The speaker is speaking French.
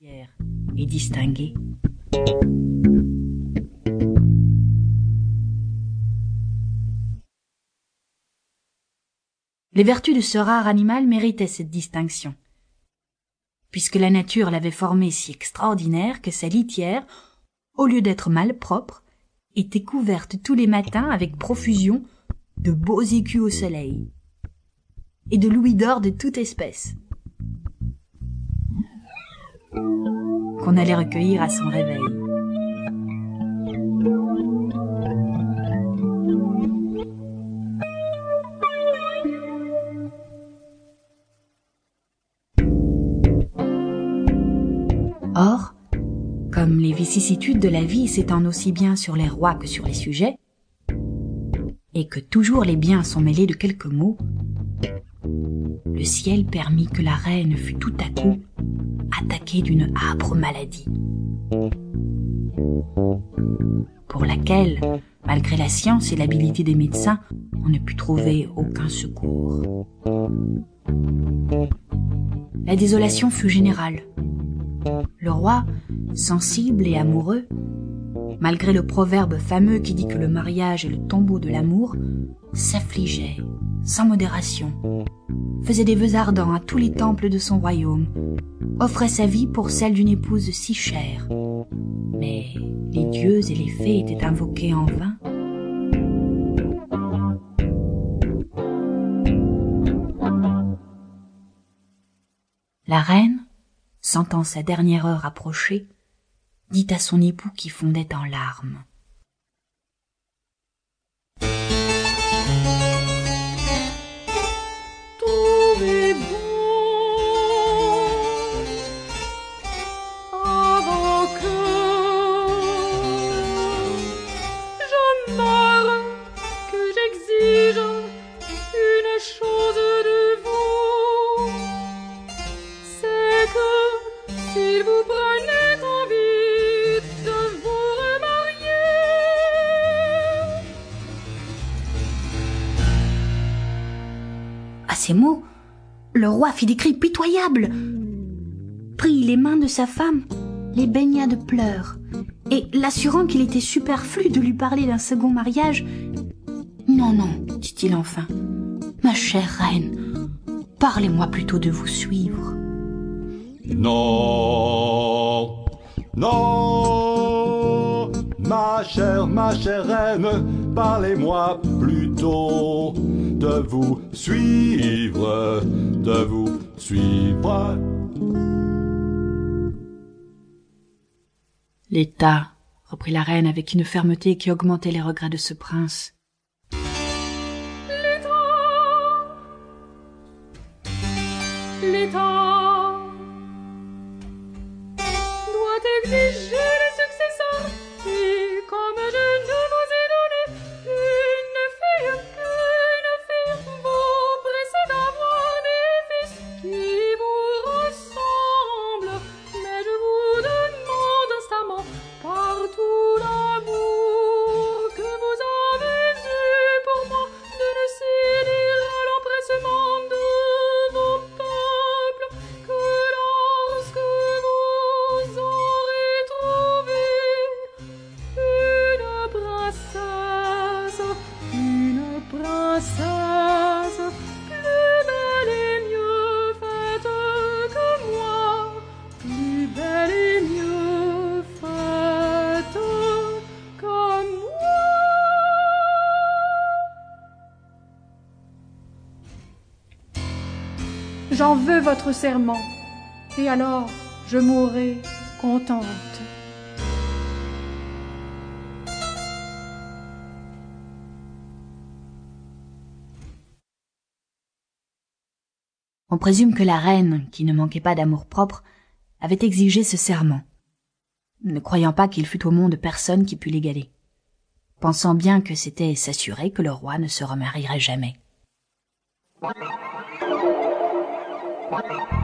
Et distingué. Les vertus de ce rare animal méritaient cette distinction, puisque la nature l'avait formé si extraordinaire que sa litière, au lieu d'être malpropre, était couverte tous les matins avec profusion de beaux écus au soleil et de louis d'or de toute espèce, qu'on allait recueillir à son réveil. Or, comme les vicissitudes de la vie s'étendent aussi bien sur les rois que sur les sujets, et que toujours les biens sont mêlés de quelques maux, le ciel permit que la reine fût tout à coup attaquée d'une âpre maladie, pour laquelle, malgré la science et l'habileté des médecins, on ne put trouver aucun secours. La désolation fut générale. Le roi, sensible et amoureux, malgré le proverbe fameux qui dit que le mariage est le tombeau de l'amour, s'affligeait sans modération, faisait des vœux ardents à tous les temples de son royaume, offrait sa vie pour celle d'une épouse si chère. Mais les dieux et les fées étaient invoqués en vain. La reine, sentant sa dernière heure approcher, dit à son époux qui fondait en larmes. Tout est bon avant que je meure, que j'exige une chose de vous, c'est que s'il vous prenait envie de vous remarier. À ces mots, le roi fit des cris pitoyables, prit les mains de sa femme, les baigna de pleurs, et l'assurant qu'il était superflu de lui parler d'un second mariage, « Non, non, dit-il enfin, ma chère reine, parlez-moi plutôt de vous suivre. » Non, non, ma chère reine, parlez-moi plutôt de vous suivre, de vous suivre. L'État, reprit la reine avec une fermeté qui augmentait les regrets de ce prince. L'État doit exiger les successeurs et comme je ne vous ai donné une fille qu'une fille, vous pressez d'avoir des fils qui vous ressemblent, mais je vous demande instamment par tout l'amour que vous avez eu pour moi de ne céder à l'empressement de vos peuples que lorsque vous aurez trouvé une princesse plus belle et mieux faite que moi, plus belle et mieux faite que moi. J'en veux votre serment, et alors je mourrai contente. On présume que la reine, qui ne manquait pas d'amour-propre, avait exigé ce serment, ne croyant pas qu'il fût au monde personne qui pût l'égaler, pensant bien que c'était s'assurer que le roi ne se remarierait jamais.